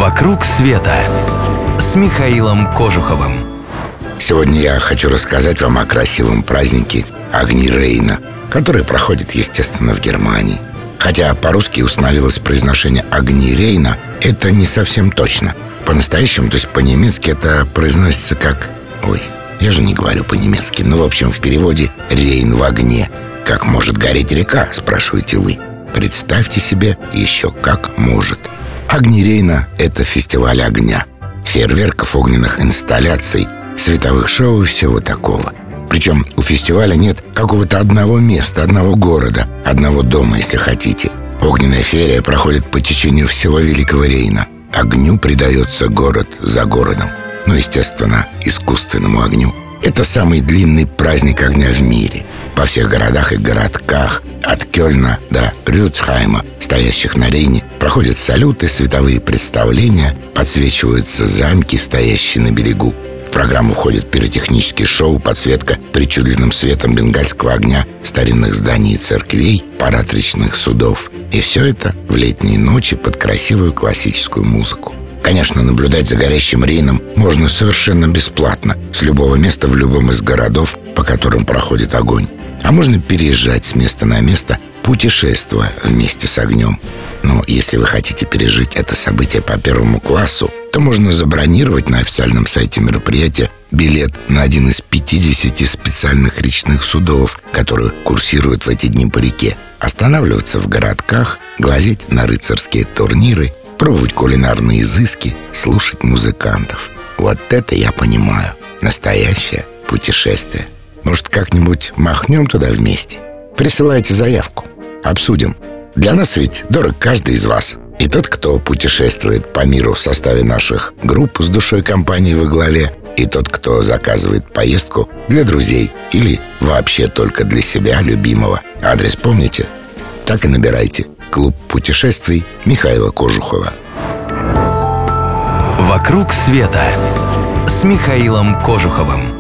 «Вокруг света» с Михаилом Кожуховым. Сегодня я хочу рассказать вам о красивом празднике Огни Рейна, который проходит, естественно, в Германии. Хотя по-русски установилось произношение «Огни Рейна», это не совсем точно. По-настоящему, то есть по-немецки, это произносится как... я же не говорю по-немецки. В общем, в переводе «Рейн в огне». Как может гореть река, спрашиваете вы? Представьте себе, еще как может. Огни Рейна — это фестиваль огня, фейерверков, огненных инсталляций, световых шоу и всего такого. Причем у фестиваля нет какого-то одного места, одного города, одного дома, если хотите. Огненная феерия проходит по течению всего Великого Рейна. Огню придается город за городом. Естественно, искусственному огню. Это самый длинный праздник огня в мире. Во всех городах и городках, от Кёльна до Рюцхайма, стоящих на Рейне, проходят салюты, световые представления, подсвечиваются замки, стоящие на берегу. В программу входит пиротехнические шоу, подсветка причудливым светом бенгальского огня старинных зданий и церквей, парад речных судов. И все это в летние ночи под красивую классическую музыку. Конечно, наблюдать за горящим Рейном можно совершенно бесплатно, с любого места в любом из городов, по которым проходит огонь. А можно переезжать с места на место, путешествуя вместе с огнем. Но если вы хотите пережить это событие по первому классу, то можно забронировать на официальном сайте мероприятия билет на один из 50 специальных речных судов, которые курсируют в эти дни по реке, останавливаться в городках, глазеть на рыцарские турниры, пробовать кулинарные изыски, слушать музыкантов. Вот это я понимаю. Настоящее путешествие. Может, как-нибудь махнем туда вместе? Присылайте заявку. Обсудим. Для нас ведь дорог каждый из вас. И тот, кто путешествует по миру в составе наших групп с душой компании во главе, и тот, кто заказывает поездку для друзей или вообще только для себя любимого. Адрес помните? Так и набирайте. Клуб путешествий Михаила Кожухова. «Вокруг света» с Михаилом Кожуховым.